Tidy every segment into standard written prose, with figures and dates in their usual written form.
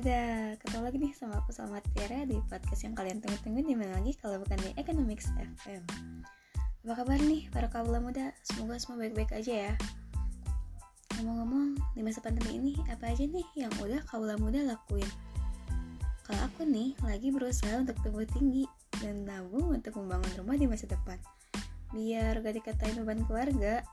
Ketemu lagi nih sama aku Salma Tiara di podcast yang kalian tunggu-tunggu. Di mana lagi kalau bukan di Economics FM. Apa kabar nih para kaula muda? Semoga semua baik-baik aja ya. Ngomong-ngomong, di masa pandemi ini apa aja nih yang udah kaula muda lakuin? Kalau aku nih lagi berusaha untuk tumbuh tinggi dan nabung untuk membangun rumah di masa depan, biar gak dikatain beban keluarga.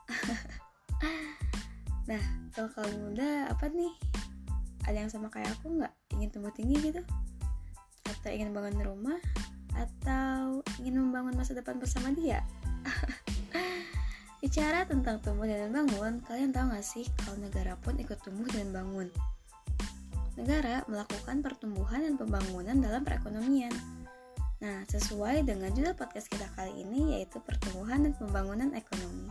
Nah, kalau kaula muda apa nih? Ada yang sama kayak aku nggak? Ingin tumbuh tinggi gitu? Atau ingin bangun rumah? Atau ingin membangun masa depan bersama dia? Bicara tentang tumbuh dan bangun, kalian tahu nggak sih kalau negara pun ikut tumbuh dan bangun? Negara melakukan pertumbuhan dan pembangunan dalam perekonomian. Nah, sesuai dengan judul podcast kita kali ini, yaitu pertumbuhan dan pembangunan ekonomi.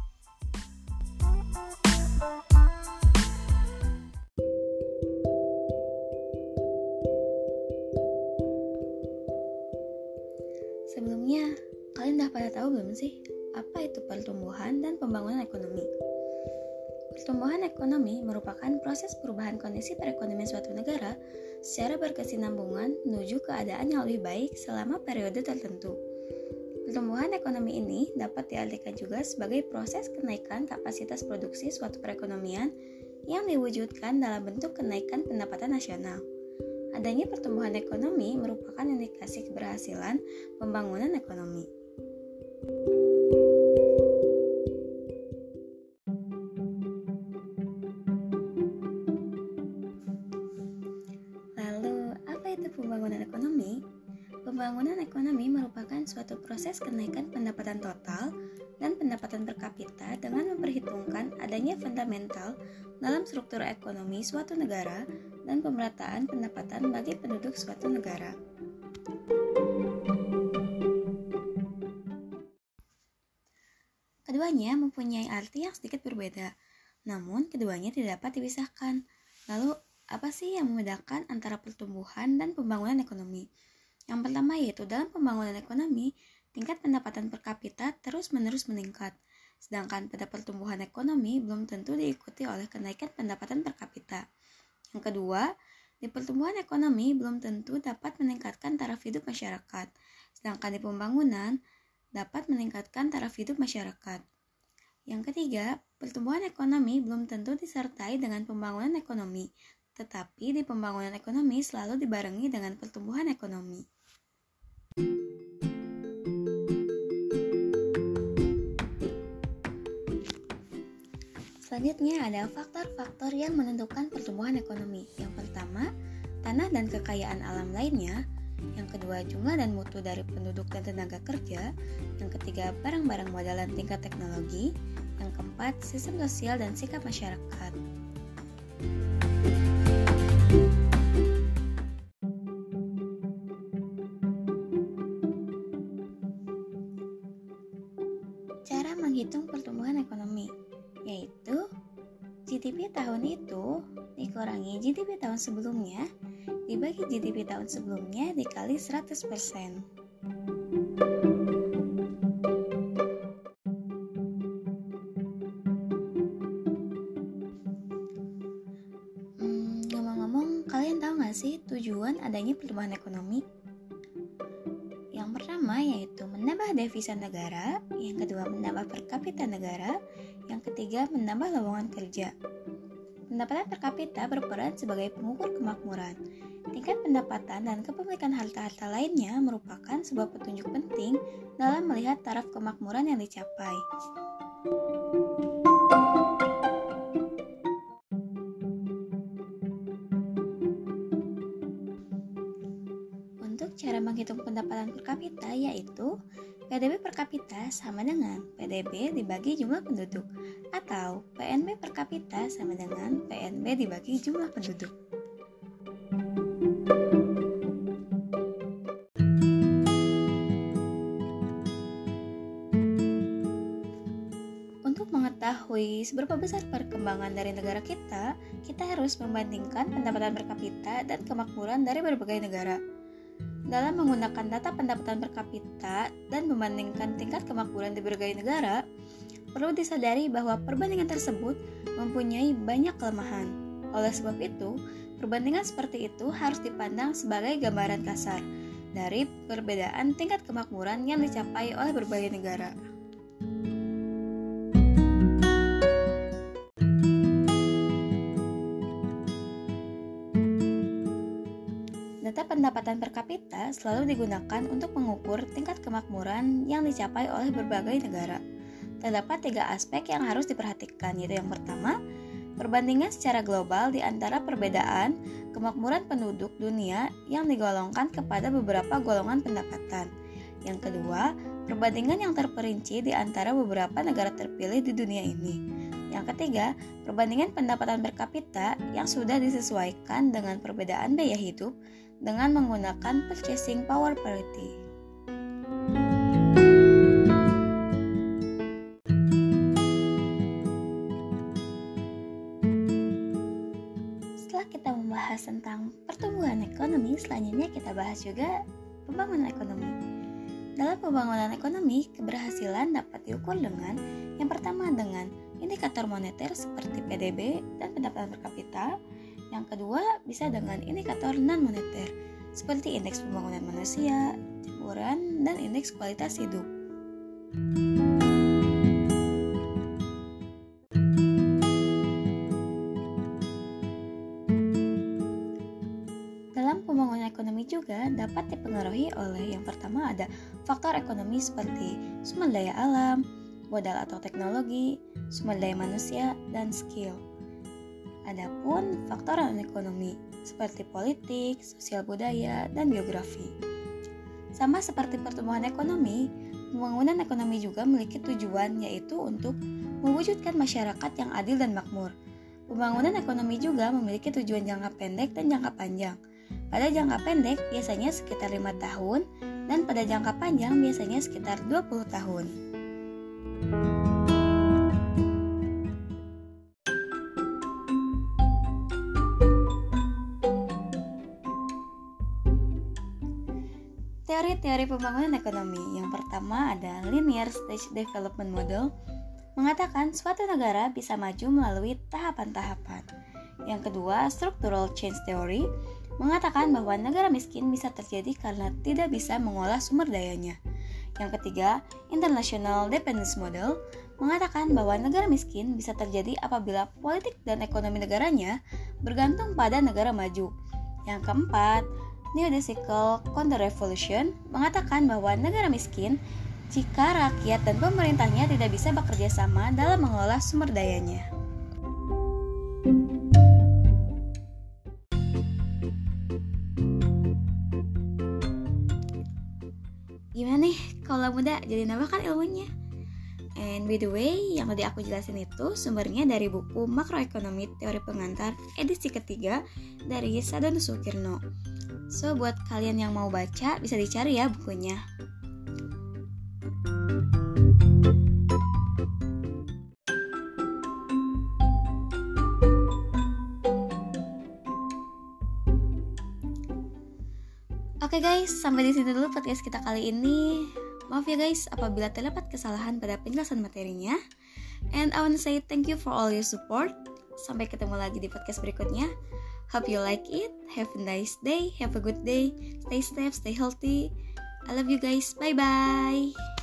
Sebelumnya, kalian udah pada tahu belum sih apa itu pertumbuhan dan pembangunan ekonomi? Pertumbuhan ekonomi merupakan proses perubahan kondisi perekonomian suatu negara secara berkesinambungan menuju keadaan yang lebih baik selama periode tertentu. Pertumbuhan ekonomi ini dapat diartikan juga sebagai proses kenaikan kapasitas produksi suatu perekonomian yang diwujudkan dalam bentuk kenaikan pendapatan nasional. Adanya pertumbuhan ekonomi merupakan indikasi keberhasilan pembangunan ekonomi. Lalu, apa itu pembangunan ekonomi? Pembangunan ekonomi merupakan suatu proses kenaikan pendapatan total dan pendapatan per kapita dengan memperhitungkan adanya fundamental dalam struktur ekonomi suatu negara dan pemerataan pendapatan bagi penduduk suatu negara. Keduanya mempunyai arti yang sedikit berbeda, namun keduanya tidak dapat dipisahkan. Lalu, apa sih yang membedakan antara pertumbuhan dan pembangunan ekonomi? Yang pertama yaitu dalam pembangunan ekonomi, tingkat pendapatan per kapita terus-menerus meningkat, sedangkan pada pertumbuhan ekonomi belum tentu diikuti oleh kenaikan pendapatan per kapita. Yang kedua, di pertumbuhan ekonomi belum tentu dapat meningkatkan taraf hidup masyarakat, sedangkan di pembangunan dapat meningkatkan taraf hidup masyarakat. Yang ketiga, pertumbuhan ekonomi belum tentu disertai dengan pembangunan ekonomi, tetapi di pembangunan ekonomi selalu dibarengi dengan pertumbuhan ekonomi. Selanjutnya ada faktor-faktor yang menentukan pertumbuhan ekonomi. Yang pertama, tanah dan kekayaan alam lainnya. Yang kedua, jumlah dan mutu dari penduduk dan tenaga kerja. Yang ketiga, barang-barang modal dan tingkat teknologi. Yang keempat, sistem sosial dan sikap masyarakat. Cara menghitung pertumbuhan ekonomi yaitu GDP tahun itu dikurangi GDP tahun sebelumnya dibagi GDP tahun sebelumnya dikali 100%. Ngomong-ngomong, kalian tahu gak sih tujuan adanya pertumbuhan ekonomi? Yang pertama yaitu menambah devisa negara, yang kedua menambah per kapita negara, yang ketiga menambah lowongan kerja. Pendapatan per kapita berperan sebagai pengukur kemakmuran. Tingkat pendapatan dan kepemilikan harta-harta lainnya merupakan sebuah petunjuk penting dalam melihat taraf kemakmuran yang dicapai. Untuk cara menghitung pendapatan per kapita yaitu PDB per kapita sama dengan PDB dibagi jumlah penduduk atau PNB per kapita sama dengan PNB dibagi jumlah penduduk. Untuk mengetahui seberapa besar perkembangan dari negara kita harus membandingkan pendapatan per kapita dan kemakmuran dari berbagai negara. Dalam menggunakan data pendapatan per kapita dan membandingkan tingkat kemakmuran di berbagai negara, perlu disadari bahwa perbandingan tersebut mempunyai banyak kelemahan. Oleh sebab itu, Perbandingan seperti itu harus dipandang sebagai gambaran kasar dari perbedaan tingkat kemakmuran yang dicapai oleh berbagai negara. Data pendapatan per kapita selalu digunakan untuk mengukur tingkat kemakmuran yang dicapai oleh berbagai negara. Terdapat 3 aspek yang harus diperhatikan, yaitu yang pertama, perbandingan secara global di antara perbedaan kemakmuran penduduk dunia yang digolongkan kepada beberapa golongan pendapatan. Yang kedua, perbandingan yang terperinci di antara beberapa negara terpilih di dunia ini. Yang ketiga, perbandingan pendapatan per kapita yang sudah disesuaikan dengan perbedaan biaya hidup dengan menggunakan purchasing power parity. Kita membahas tentang pertumbuhan ekonomi, selanjutnya kita bahas juga pembangunan ekonomi. Dalam pembangunan ekonomi, keberhasilan dapat diukur dengan yang pertama dengan indikator moneter seperti PDB dan pendapatan per kapita. Yang kedua bisa dengan indikator non-moneter seperti indeks pembangunan manusia, campuran, dan indeks kualitas hidup. Pembangunan ekonomi juga dapat dipengaruhi oleh yang pertama ada faktor ekonomi seperti sumber daya alam, modal atau teknologi, sumber daya manusia, dan skill. Adapun faktor non-ekonomi seperti politik, sosial budaya, dan geografi. Sama seperti pertumbuhan ekonomi, pembangunan ekonomi juga memiliki tujuan yaitu untuk mewujudkan masyarakat yang adil dan makmur. Pembangunan ekonomi juga memiliki tujuan jangka pendek dan jangka panjang. Pada jangka pendek biasanya sekitar 5 tahun dan pada jangka panjang biasanya sekitar 20 tahun. Teori-teori pembangunan ekonomi. Yang pertama ada Linear Stage Development Model, mengatakan suatu negara bisa maju melalui tahapan-tahapan. Yang kedua, Structural Change Theory, mengatakan bahwa negara miskin bisa terjadi karena tidak bisa mengolah sumber dayanya. Yang ketiga, International Dependence Model, mengatakan bahwa negara miskin bisa terjadi apabila politik dan ekonomi negaranya bergantung pada negara maju. Yang keempat, Neoclassical Counter-Revolution, mengatakan bahwa negara miskin jika rakyat dan pemerintahnya tidak bisa bekerja sama dalam mengolah sumber dayanya. Gimana nih kalau muda jadi nambah kan ilmunya? And by the way, yang tadi aku jelasin itu sumbernya dari buku Makroekonomi Teori Pengantar edisi ketiga dari Sadono Sukirno. So buat kalian yang mau baca bisa dicari ya bukunya. Oke guys, sampai di sini dulu podcast kita kali ini. Maaf ya guys apabila terdapat kesalahan pada penjelasan materinya. And I want to say thank you for all your support. Sampai ketemu lagi di podcast berikutnya. Hope you like it. Have a nice day. Have a good day. Stay safe, stay healthy. I love you guys. Bye bye.